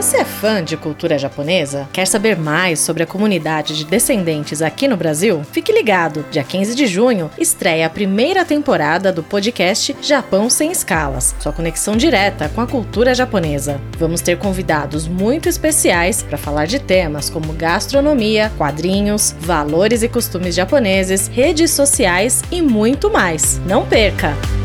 Você é fã de cultura japonesa? Quer saber mais sobre a comunidade de descendentes aqui no Brasil? Fique ligado, dia 15 de junho estreia a primeira temporada do podcast Japão Sem Escalas, sua conexão direta com a cultura japonesa. Vamos ter convidados muito especiais para falar de temas como gastronomia, quadrinhos, valores e costumes japoneses, redes sociais e muito mais. Não perca!